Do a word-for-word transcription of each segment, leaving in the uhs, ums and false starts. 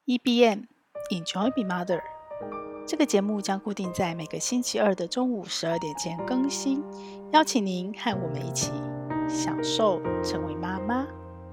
E B M Enjoy Be Mother 这个节目将固定在每个星期二的中午十二点前更新，邀请您和我们一起享受成为妈妈。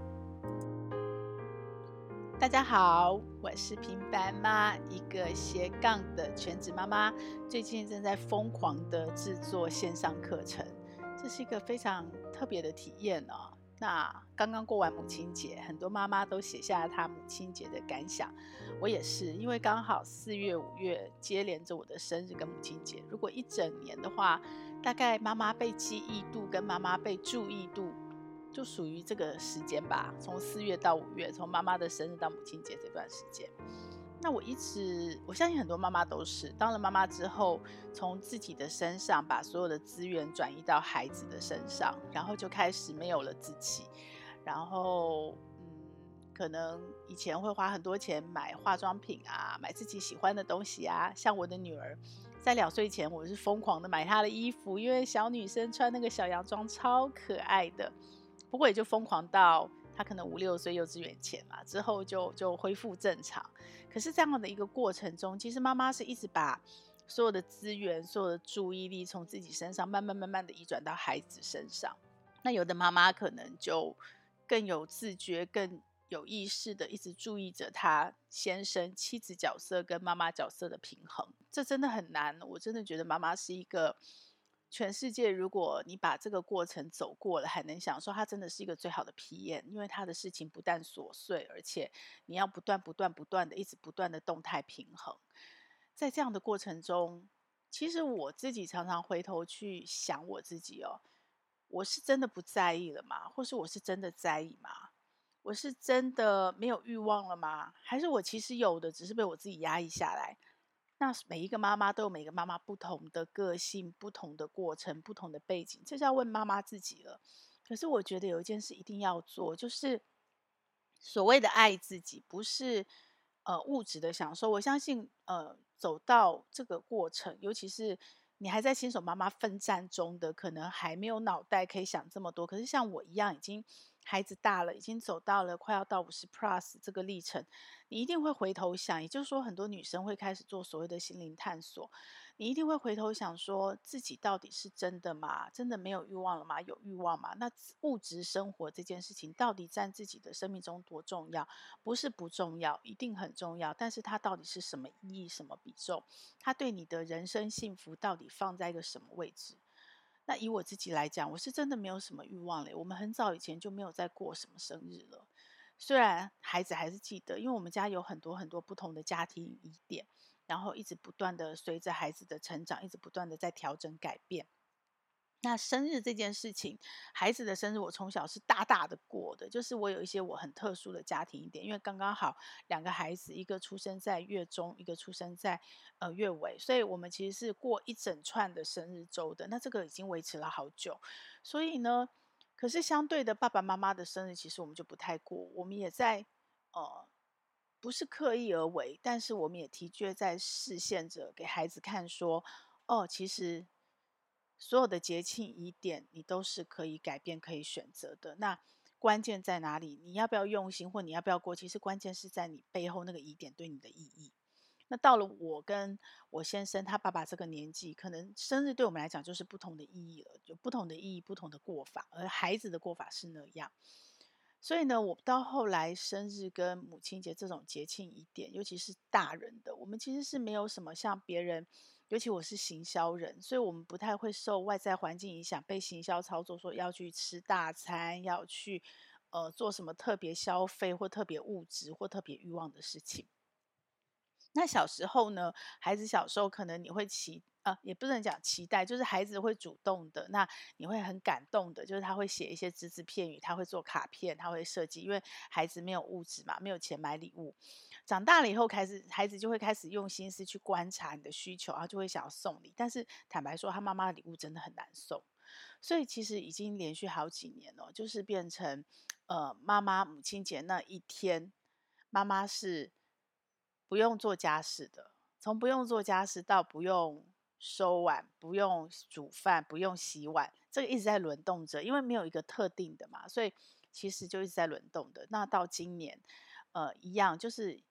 大家好，我是平凡妈，一个斜杠的全职妈妈，最近正在疯狂的制作线上课程，这是一个非常特别的体验哦。那刚刚过完母亲节，很多妈妈都写下了她母亲节的感想，我也是，因为刚好四月、五月接连着我的生日跟母亲节，如果一整年的话，大概妈妈被记忆度跟妈妈被注意度就属于这个时间吧，从四月到五月，从妈妈的生日到母亲节这段时间。那我一直，我相信很多妈妈都是，当了妈妈之后，从自己的身上把所有的资源转移到孩子的身上，然后就开始没有了自己。然后，嗯，可能以前会花很多钱买化妆品啊，买自己喜欢的东西啊。像我的女儿，在两岁前，我是疯狂的买她的衣服，因为小女生穿那个小洋装超可爱的。不过也就疯狂到她可能五六岁幼稚园前嘛，之后就就恢复正常。可是这样的一个过程中，其实妈妈是一直把所有的资源、所有的注意力从自己身上慢慢慢慢的移转到孩子身上。那有的妈妈可能就更有自觉、更有意识的一直注意着她先生、妻子角色跟妈妈角色的平衡。这真的很难，我真的觉得妈妈是一个全世界，如果你把这个过程走过了，还能享受，它真的是一个最好的体验。因为它的事情不但琐碎，而且你要不断、不断、不断的，一直不断的动态平衡。在这样的过程中，其实我自己常常回头去想我自己哦，我是真的不在意了吗？或是我是真的在意吗？我是真的没有欲望了吗？还是我其实有的，只是被我自己压抑下来？那每一个妈妈都有每个妈妈不同的个性、不同的过程、不同的背景，这就要问妈妈自己了。可是我觉得有一件事一定要做，就是所谓的爱自己，不是呃物质的享受。我相信，呃，走到这个过程，尤其是你还在新手妈妈奋战中的，可能还没有脑袋可以想这么多。可是像我一样，已经孩子大了，已经走到了快要到五十 plus 这个历程，你一定会回头想。也就是说，很多女生会开始做所谓的心灵探索。你一定会回头想说，自己到底是真的吗？真的没有欲望了吗？有欲望吗？那物质生活这件事情到底占自己的生命中多重要？不是不重要，一定很重要。但是它到底是什么意义、什么比重？它对你的人生幸福到底放在一个什么位置？那以我自己来讲，我是真的没有什么欲望嘞。我们很早以前就没有再过什么生日了。虽然孩子还是记得，因为我们家有很多很多不同的家庭疑点，然后一直不断的随着孩子的成长，一直不断的在调整改变。那生日这件事情，孩子的生日我从小是大大的过的，就是我有一些我很特殊的家庭一点，因为刚刚好两个孩子，一个出生在月中，一个出生在呃月尾，所以我们其实是过一整串的生日周的。那这个已经维持了好久，所以呢，可是相对的爸爸妈妈的生日，其实我们就不太过，我们也在呃。不是刻意而为，但是我们也的确在示现着给孩子看说，哦，其实所有的节庆疑点，你都是可以改变、可以选择的。那关键在哪里？你要不要用心，或你要不要过？其实关键是在你背后那个疑点对你的意义。那到了我跟我先生他爸爸这个年纪，可能生日对我们来讲就是不同的意义了，有不同的意义、不同的过法，而孩子的过法是那样。所以呢，我到后来生日跟母亲节这种节庆疑点，尤其是大人的，我们其实是没有什么像别人，尤其我是行销人，所以我们不太会受外在环境影响，被行销操作说要去吃大餐，要去呃做什么特别消费或特别物质或特别欲望的事情。那小时候呢，孩子小时候可能你会期呃，也不能讲期待，就是孩子会主动的，那你会很感动的，就是他会写一些只字片语，他会做卡片，他会设计，因为孩子没有物质嘛，没有钱买礼物。长大了以后，开始孩子就会开始用心思去观察你的需求，然后就会想要送礼。但是坦白说，他妈妈的礼物真的很难送，所以其实已经连续好几年了，就是变成呃，妈妈母亲节那一天，妈妈是不用做家事的，从不用做家事到不用收碗、不用煮饭、不用洗碗，这个一直在轮动着，因为没有一个特定的嘛，所以其实就一直在轮动的。那到今年，呃，一样就是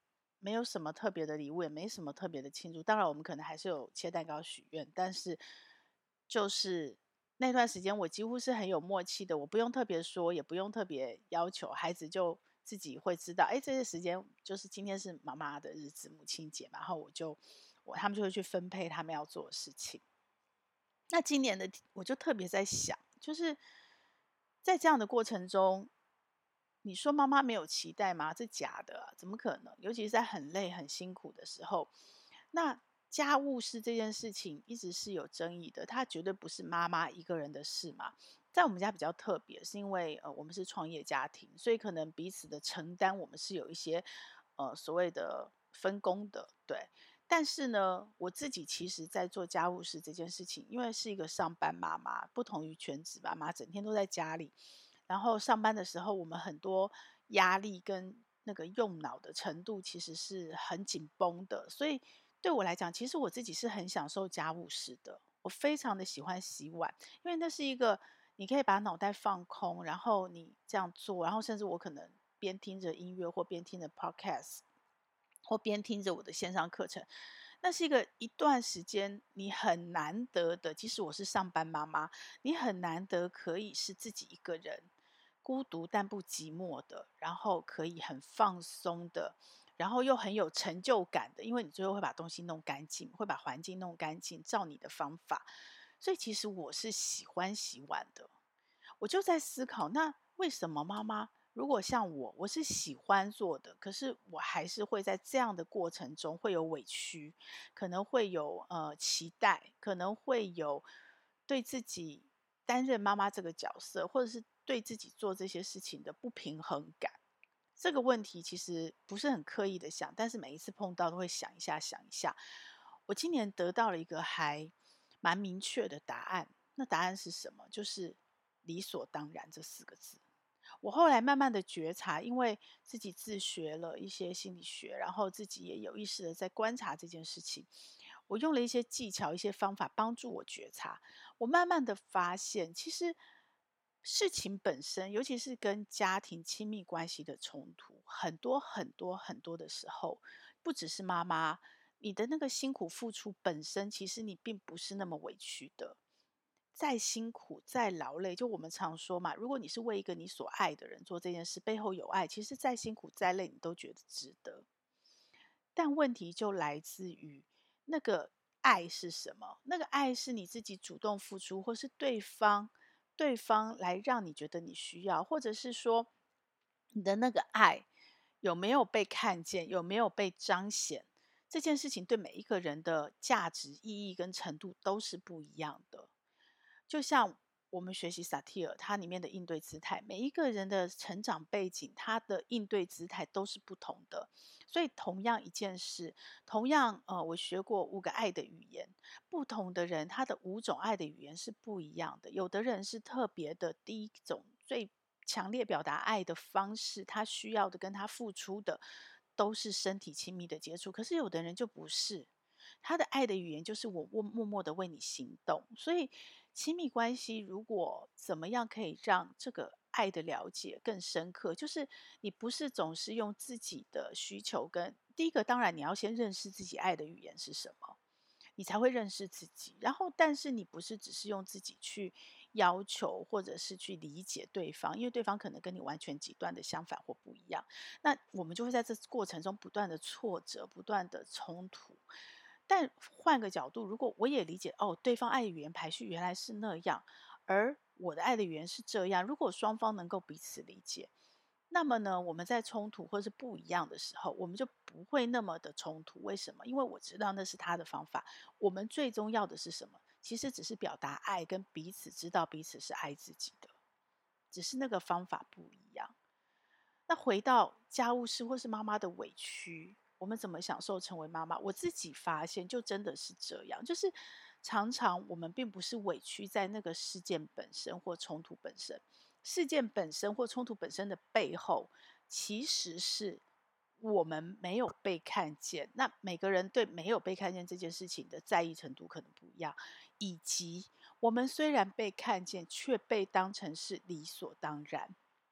没有什么特别的礼物，也没什么特别的庆祝。当然，我们可能还是有切蛋糕许愿，但是就是那段时间，我几乎是很有默契的，我不用特别说，也不用特别要求，孩子就自己会知道，哎，这些时间就是今天是妈妈的日子，母亲节嘛，然后我就我他们就会去分配他们要做的事情。那今年的我就特别在想，就是在这样的过程中，你说妈妈没有期待吗？这假的啊，怎么可能？尤其是在很累、很辛苦的时候，那家务事这件事情一直是有争议的，它绝对不是妈妈一个人的事嘛。在我们家比较特别，是因为呃我们是创业家庭，所以可能彼此的承担，我们是有一些呃所谓的分工的，对。但是呢，我自己其实在做家务事这件事情，因为是一个上班妈妈，不同于全职妈妈，整天都在家里。然后上班的时候，我们很多压力跟那个用脑的程度其实是很紧绷的。所以对我来讲，其实我自己是很享受家务事的。我非常的喜欢洗碗，因为那是一个你可以把脑袋放空，然后你这样做，然后甚至我可能边听着音乐或边听着 podcast。或边听着我的线上课程，那是一个一段时间你很难得的，即使我是上班妈妈，你很难得可以是自己一个人，孤独但不寂寞的，然后可以很放松的，然后又很有成就感的，因为你最后会把东西弄干净，会把环境弄干净，照你的方法。所以其实我是喜欢洗碗的。我就在思考，那为什么妈妈如果像我，我是喜欢做的，可是我还是会在这样的过程中会有委屈，可能会有呃期待，可能会有对自己担任妈妈这个角色，或者是对自己做这些事情的不平衡感。这个问题其实不是很刻意的想，但是每一次碰到都会想一下想一下。我今年得到了一个还蛮明确的答案，那答案是什么？就是理所当然这四个字。我后来慢慢的觉察，因为自己自学了一些心理学，然后自己也有意识的在观察这件事情。我用了一些技巧、一些方法帮助我觉察。我慢慢的发现，其实事情本身，尤其是跟家庭亲密关系的冲突，很多很多很多的时候，不只是妈妈，你的那个辛苦付出本身，其实你并不是那么委屈的。再辛苦、再劳累，就我们常说嘛，如果你是为一个你所爱的人做这件事，背后有爱，其实再辛苦、再累，你都觉得值得。但问题就来自于那个爱是什么？那个爱是你自己主动付出，或是对方对方来让你觉得你需要，或者是说你的那个爱有没有被看见，有没有被彰显？这件事情对每一个人的价值、意义跟程度都是不一样的。就像我们学习萨提尔，它里面的应对姿态，每一个人的成长背景，他的应对姿态都是不同的。所以，同样一件事，同样呃，我学过五个爱的语言，不同的人他的五种爱的语言是不一样的。有的人是特别的，第一种最强烈表达爱的方式，他需要的跟他付出的都是身体亲密的接触，可是有的人就不是。他的爱的语言就是我默默默的为你行动，所以亲密关系如果怎么样可以让这个爱的了解更深刻，就是你不是总是用自己的需求跟第一个，当然你要先认识自己爱的语言是什么，你才会认识自己。然后，但是你不是只是用自己去要求或者是去理解对方，因为对方可能跟你完全极端的相反或不一样。那我们就会在这过程中不断的挫折，不断的冲突。但换个角度，如果我也理解哦，对方爱的语言排序原来是那样，而我的爱的语言是这样，如果双方能够彼此理解，那么呢，我们在冲突或是不一样的时候，我们就不会那么的冲突。为什么？因为我知道那是他的方法。我们最终要的是什么？其实只是表达爱，跟彼此知道彼此是爱自己的，只是那个方法不一样。那回到家务事或是妈妈的委屈，我们怎么享受成为妈妈？我自己发现，就真的是这样，就是常常我们并不是委屈在那个事件本身或冲突本身，事件本身或冲突本身的背后，其实是我们没有被看见。那每个人对没有被看见这件事情的在意程度可能不一样，以及我们虽然被看见，却被当成是理所当然。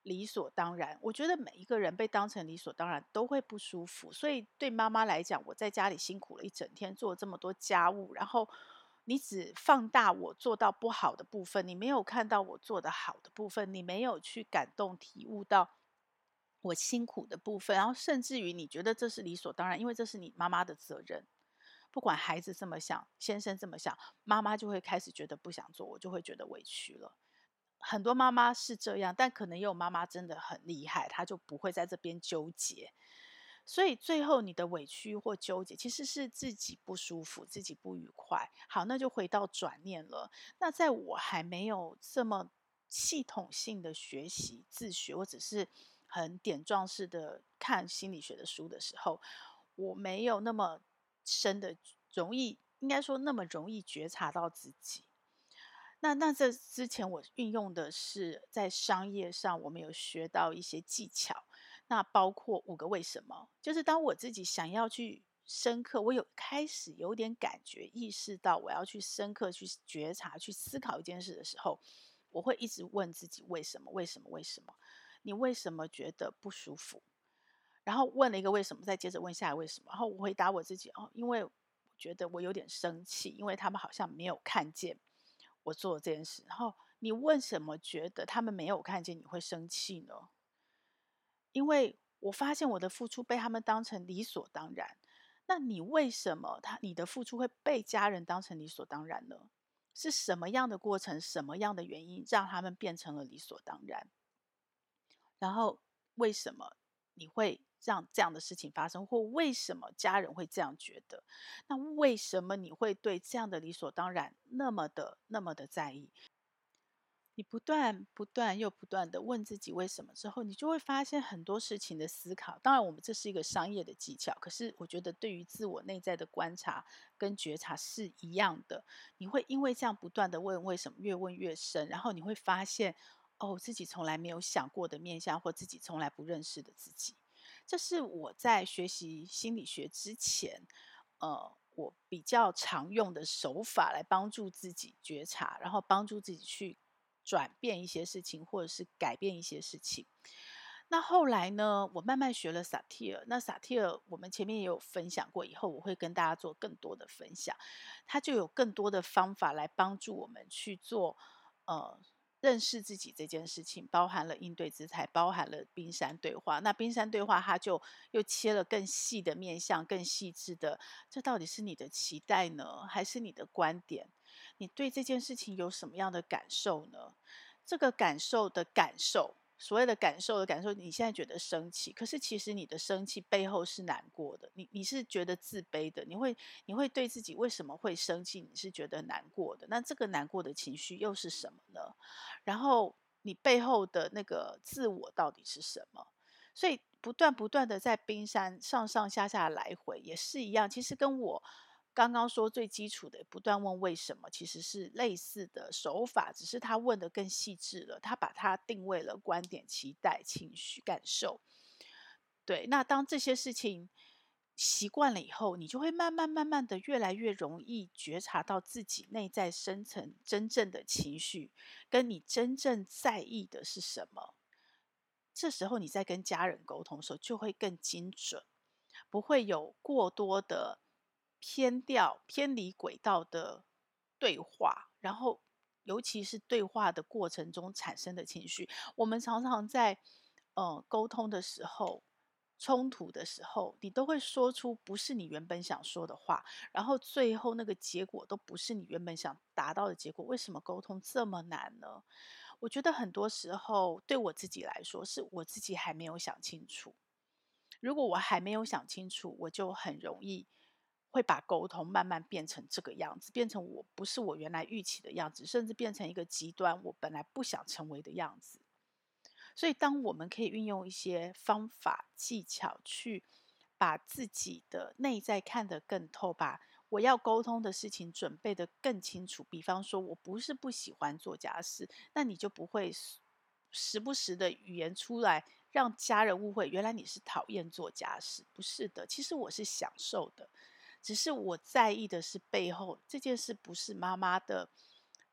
理所当然。我觉得每一个人被当成理所当然都会不舒服，所以对妈妈来讲，我在家里辛苦了一整天，做了这么多家务，然后你只放大我做到不好的部分，你没有看到我做的好的部分，你没有去感动体悟到我辛苦的部分，然后甚至于你觉得这是理所当然，因为这是你妈妈的责任。不管孩子这么想，先生这么想，妈妈就会开始觉得不想做，我就会觉得委屈了。很多妈妈是这样，但可能也有妈妈真的很厉害，她就不会在这边纠结。所以最后你的委屈或纠结，其实是自己不舒服，自己不愉快。好，那就回到转念了。那在我还没有这么系统性的学习自学，我只是很点状式的看心理学的书的时候，我没有那么深的容易，应该说那么容易觉察到自己。那那这之前我运用的是在商业上，我们有学到一些技巧，那包括五个为什么，就是当我自己想要去深刻，我有开始有点感觉，意识到我要去深刻去觉察、去思考一件事的时候，我会一直问自己为什么？为什么？为什么？你为什么觉得不舒服？然后问了一个为什么，再接着问下来为什么，然后我回答我自己哦，因为我觉得我有点生气，因为他们好像没有看见我做的这件事。然后你为什么觉得他们没有看见你会生气呢？因为我发现我的付出被他们当成理所当然。那你为什么他你的付出会被家人当成理所当然呢？是什么样的过程，什么样的原因让他们变成了理所当然？然后为什么你会让这样的事情发生，或为什么家人会这样觉得？那为什么你会对这样的理所当然那么的那么的在意？你不断不断又不断的问自己为什么之后，你就会发现很多事情的思考。当然，我们这是一个商业的技巧，可是我觉得对于自我内在的观察跟觉察是一样的。你会因为这样不断的问为什么，越问越深，然后你会发现，哦，自己从来没有想过的面向，或自己从来不认识的自己。这是我在学习心理学之前，呃，我比较常用的手法来帮助自己觉察，然后帮助自己去转变一些事情，或者是改变一些事情。那后来呢，我慢慢学了萨提尔。那萨提尔我们前面也有分享过，以后我会跟大家做更多的分享。它就有更多的方法来帮助我们去做，呃，认识自己这件事情，包含了应对姿态，包含了冰山对话。那冰山对话，它就又切了更细的面向，更细致的，这到底是你的期待呢，还是你的观点？你对这件事情有什么样的感受呢？这个感受的感受，所谓的感受的感受，你现在觉得生气，可是其实你的生气背后是难过的，你你是觉得自卑的，你会你会对自己为什么会生气，你是觉得难过的，那这个难过的情绪又是什么呢？然后你背后的那个自我到底是什么？所以不断不断的在冰山上上下下来回也是一样，其实跟我刚刚说最基础的不断问为什么，其实是类似的手法，只是他问的更细致了，他把它定位了观点、期待、情绪、感受。对，那当这些事情习惯了以后，你就会慢慢慢慢的越来越容易觉察到自己内在深层真正的情绪，跟你真正在意的是什么。这时候你在跟家人沟通的时候就会更精准，不会有过多的偏调、偏离轨道的对话，然后尤其是对话的过程中产生的情绪，我们常常在呃沟通的时候。冲突的时候，你都会说出不是你原本想说的话，然后最后那个结果都不是你原本想达到的结果。为什么沟通这么难呢？我觉得很多时候对我自己来说，是我自己还没有想清楚。如果我还没有想清楚，我就很容易会把沟通慢慢变成这个样子，变成我不是我原来预期的样子，甚至变成一个极端我本来不想成为的样子。所以，当我们可以运用一些方法技巧去把自己的内在看得更透，把我要沟通的事情准备得更清楚。比方说，我不是不喜欢做家事，那你就不会时时不时的语言出来，让家人误会，原来你是讨厌做家事。不是的，其实我是享受的，只是我在意的是背后这件事不是妈妈的。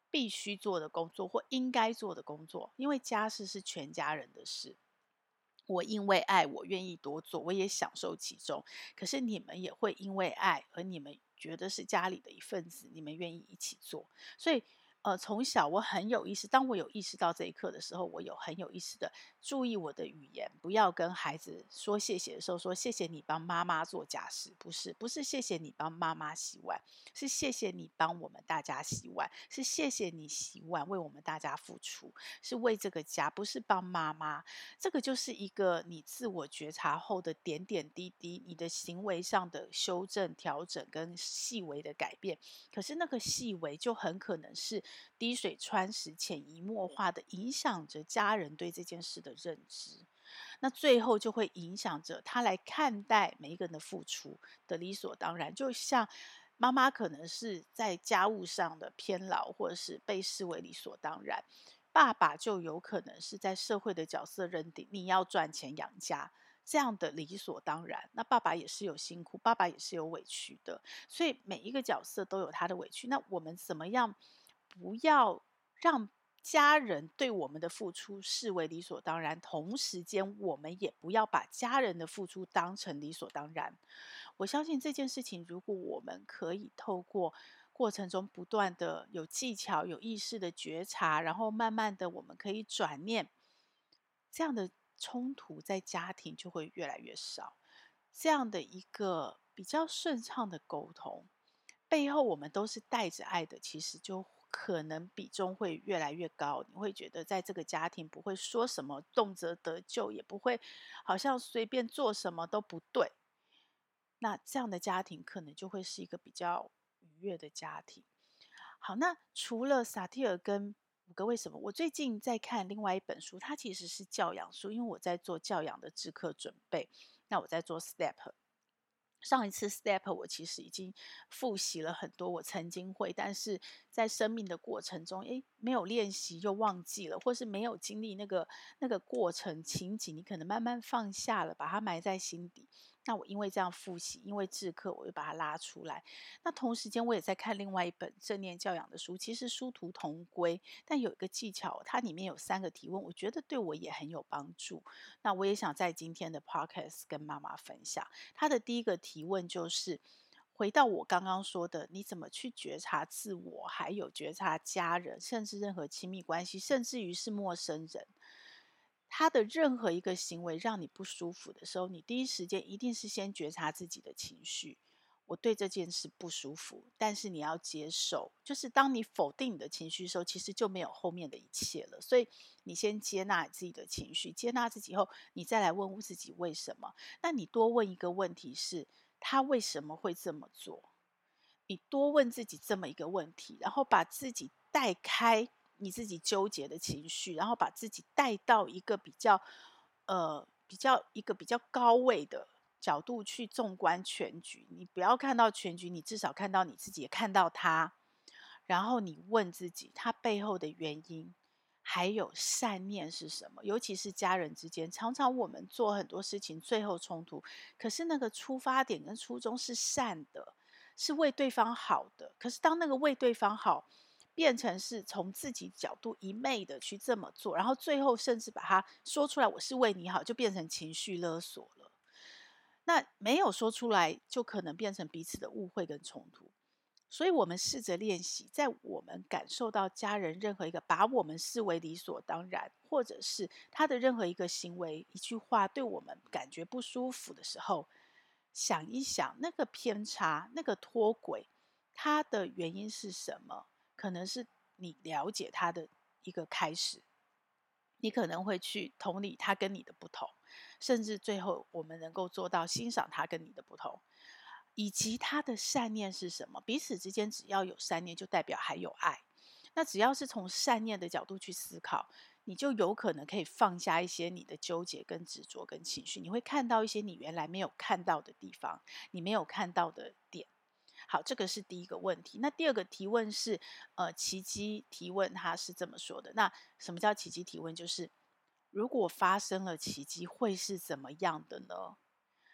必须做的工作或应该做的工作，因为家事是全家人的事。我因为爱，我愿意多做，我也享受其中。可是你们也会因为爱，而你们觉得是家里的一份子，你们愿意一起做。所以，呃，从小我很有意识，当我有意识到这一刻的时候，我有很有意识的注意我的语言，不要跟孩子说谢谢的时候说谢谢你帮妈妈做家事，不是，不是谢谢你帮妈妈洗碗，是谢谢你帮我们大家洗碗，是谢谢你洗碗为我们大家付出，是为这个家，不是帮妈妈。这个就是一个你自我觉察后的点点滴滴，你的行为上的修正、调整跟细微的改变。可是那个细微就很可能是滴水穿石、潜移默化的影响着家人对这件事的认知。那最后就会影响着他来看待每一个人的付出的理所当然。就像妈妈可能是在家务上的偏劳，或者是被视为理所当然。爸爸就有可能是在社会的角色认定，你要赚钱养家，这样的理所当然。那爸爸也是有辛苦，爸爸也是有委屈的，所以每一个角色都有他的委屈。那我们怎么样不要让家人对我们的付出视为理所当然，同时间我们也不要把家人的付出当成理所当然。我相信这件事情，如果我们可以透过过程中不断的有技巧、有意识的觉察，然后慢慢的我们可以转念，这样的冲突在家庭就会越来越少。这样的一个比较顺畅的沟通，背后我们都是带着爱的，其实就可能比重会越来越高。你会觉得在这个家庭不会说什么动辄得咎，也不会好像随便做什么都不对。那这样的家庭可能就会是一个比较愉悦的家庭。好，那除了萨提尔跟五个为什么，我最近在看另外一本书，它其实是教养书，因为我在做教养的制课准备，那我在做 step。上一次 step 我其实已经复习了很多我曾经会，但是在生命的过程中，诶，没有练习又忘记了，或是没有经历那个那个过程情景，你可能慢慢放下了，把它埋在心底。那我因为这样复习，因为制课，我就把它拉出来。那同时间我也在看另外一本正念教养的书，其实殊途同归，但有一个技巧，它里面有三个提问，我觉得对我也很有帮助。那我也想在今天的 podcast 跟妈妈分享。他的第一个提问就是，回到我刚刚说的，你怎么去觉察自我，还有觉察家人，甚至任何亲密关系，甚至于是陌生人，他的任何一个行为让你不舒服的时候，你第一时间一定是先觉察自己的情绪。我对这件事不舒服，但是你要接受，就是当你否定你的情绪的时候，其实就没有后面的一切了。所以你先接纳你自己的情绪，接纳自己后，你再来问自己为什么。那你多问一个问题是，他为什么会这么做？你多问自己这么一个问题，然后把自己带开你自己纠结的情绪，然后把自己带到一个比较呃比较一个比较高位的角度去纵观全局。你不要看到全局，你至少看到你自己，也看到他。然后你问自己，他背后的原因，还有善念是什么？尤其是家人之间，常常我们做很多事情，最后冲突，可是那个出发点跟初衷是善的，是为对方好的。可是当那个为对方好，变成是从自己角度一昧的去这么做，然后最后甚至把它说出来，我是为你好，就变成情绪勒索了。那没有说出来，就可能变成彼此的误会跟冲突。所以我们试着练习，在我们感受到家人任何一个把我们视为理所当然，或者是他的任何一个行为、一句话对我们感觉不舒服的时候，想一想那个偏差、那个脱轨，它的原因是什么？可能是你了解他的一个开始，你可能会去同理他跟你的不同，甚至最后我们能够做到欣赏他跟你的不同。以及他的善念是什么？彼此之间只要有善念，就代表还有爱。那只要是从善念的角度去思考，你就有可能可以放下一些你的纠结、跟执着、跟情绪。你会看到一些你原来没有看到的地方，你没有看到的点。好，这个是第一个问题。那第二个提问是，呃，奇迹提问，他是这么说的。那什么叫奇迹提问？就是如果发生了奇迹，会是怎么样的呢？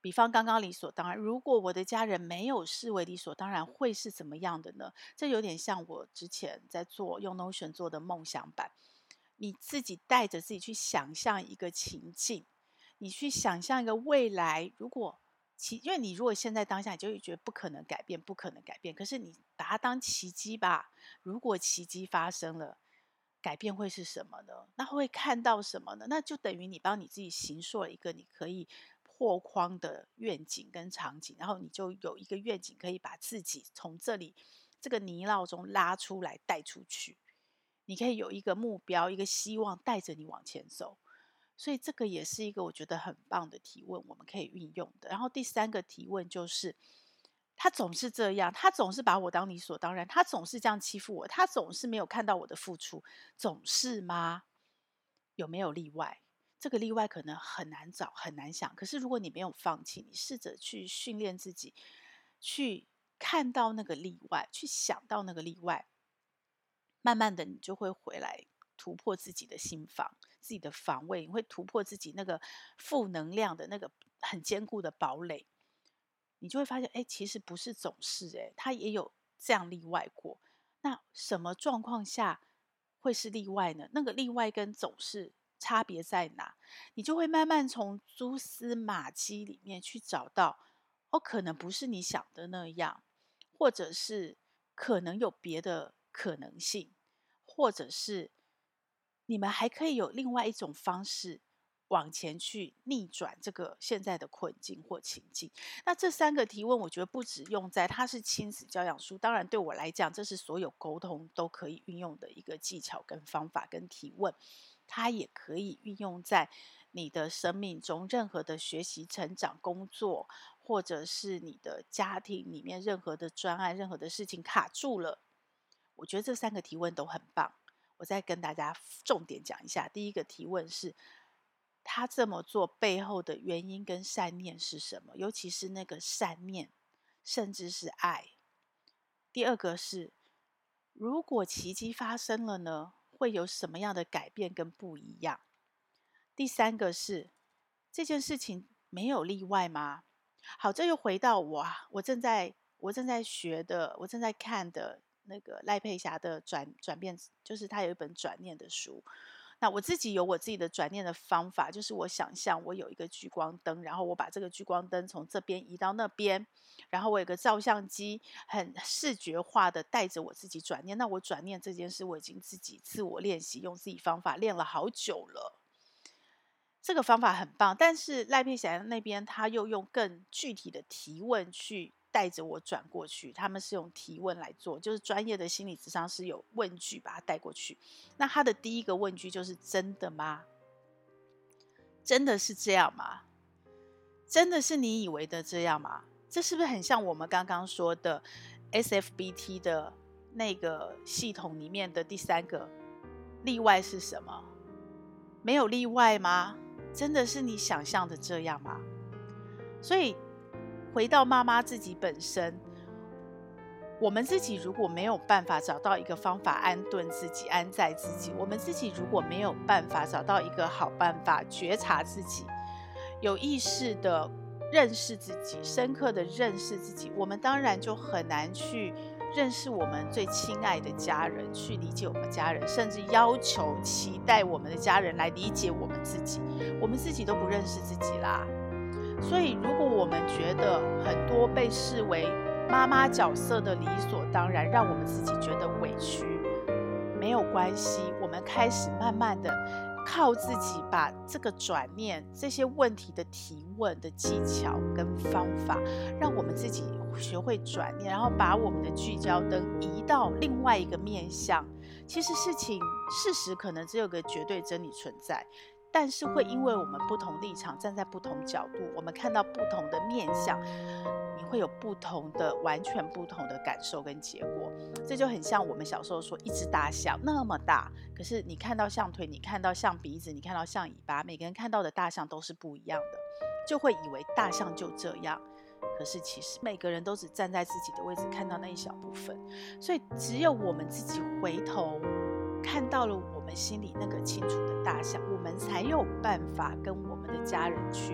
比方刚刚理所当然，如果我的家人没有视为理所当然，会是怎么样的呢？这有点像我之前在做用 Notion 做的梦想版，你自己带着自己去想象一个情境，你去想象一个未来，如果奇，因为你如果现在当下，你就会觉得不可能改变，不可能改变。可是你把它当奇迹吧，如果奇迹发生了，改变会是什么呢？那会看到什么呢？那就等于你帮你自己形塑了一个你可以破框的愿景跟场景，然后你就有一个愿景可以把自己从这里这个泥淖中拉出来带出去。你可以有一个目标，一个希望带着你往前走。所以这个也是一个我觉得很棒的提问，我们可以运用的。然后第三个提问就是，他总是这样，他总是把我当理所当然，他总是这样欺负我，他总是没有看到我的付出，总是吗？有没有例外？这个例外可能很难找，很难想。可是如果你没有放弃，你试着去训练自己，去看到那个例外，去想到那个例外，慢慢的你就会回来突破自己的心防，自己的防卫，你会突破自己那个负能量的那个很坚固的堡垒。你就会发现，哎，其实不是总是，哎，他也有这样例外过。那什么状况下会是例外呢？那个例外跟总是差别在哪？你就会慢慢从蛛丝马迹里面去找到，哦，可能不是你想的那样，或者是可能有别的可能性，或者是你们还可以有另外一种方式往前去逆转这个现在的困境或情境。那这三个提问，我觉得不只用在它是亲子教养书，当然对我来讲，这是所有沟通都可以运用的一个技巧跟方法跟提问，它也可以运用在你的生命中任何的学习、成长、工作，或者是你的家庭里面任何的专案、任何的事情卡住了。我觉得这三个提问都很棒。我再跟大家重点讲一下，第一个提问是，他这么做背后的原因跟善念是什么？尤其是那个善念，甚至是爱。第二个是，如果奇迹发生了呢，会有什么样的改变跟不一样？第三个是，这件事情没有例外吗？好，这又回到我我正在我正在学的，我正在看的那个赖佩霞的转转变，就是他有一本转念的书。那我自己有我自己的转念的方法，就是我想象我有一个聚光灯，然后我把这个聚光灯从这边移到那边，然后我有个照相机，很视觉化的带着我自己转念。那我转念这件事，我已经自己自我练习，用自己方法练了好久了。这个方法很棒，但是赖佩霞那边他又用更具体的提问去带着我转过去，他们是用提问来做，就是专业的心理咨商师有问句把它带过去。那他的第一个问句就是真的吗？真的是这样吗？真的是你以为的这样吗？这是不是很像我们刚刚说的 S F B T 的那个系统里面的第三个例外是什么？没有例外吗？真的是你想象的这样吗？所以回到妈妈自己本身，我们自己如果没有办法找到一个方法安顿自己、安在自己，我们自己如果没有办法找到一个好办法觉察自己，有意识的认识自己，深刻的认识自己，我们当然就很难去认识我们最亲爱的家人，去理解我们家人，甚至要求、期待我们的家人来理解我们自己。我们自己都不认识自己啦。所以，如果我们觉得很多被视为妈妈角色的理所当然，让我们自己觉得委屈，没有关系。我们开始慢慢的靠自己把这个转念、这些问题的提问的技巧跟方法，让我们自己学会转念，然后把我们的聚焦灯移到另外一个面向。其实事情事实可能只有个绝对真理存在，但是会因为我们不同立场，站在不同角度，我们看到不同的面向，你会有不同的、完全不同的感受跟结果。这就很像我们小时候说，一只大象那么大，可是你看到象腿，你看到象鼻子，你看到象尾巴，每个人看到的大象都是不一样的，就会以为大象就这样。可是其实每个人都只站在自己的位置看到那一小部分，所以只有我们自己回头看到了我们心里那个清楚的大象，我们才有办法跟我们的家人去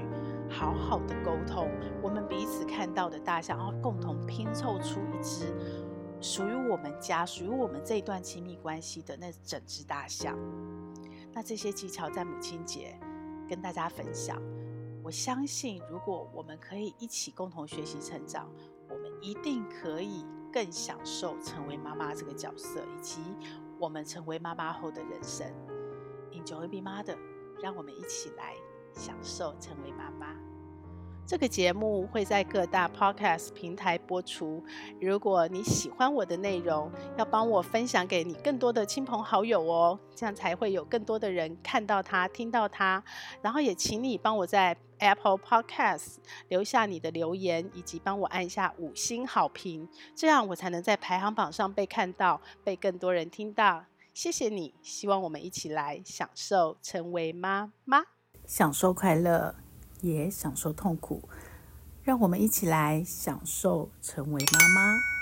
好好的沟通，我们彼此看到的大象，然后共同拼凑出一只属于我们家、属于我们这一段亲密关系的那整只大象。那这些技巧在母亲节跟大家分享，我相信如果我们可以一起共同学习成长，我们一定可以更享受成为妈妈这个角色，以及我们成为妈妈后的人生。Enjoy being mother，让我们一起来享受成为妈妈。这个节目会在各大 podcast 平台播出。如果你喜欢我的内容，要帮我分享给你更多的亲朋好友哦，这样才会有更多的人看到它、听到它。然后也请你帮我在 Apple Podcast 留下你的留言，以及帮我按下五星好评，这样我才能在排行榜上被看到，被更多人听到。谢谢你，希望我们一起来享受成为妈妈， 享受快乐，也享受痛苦，让我们一起来享受成为妈妈。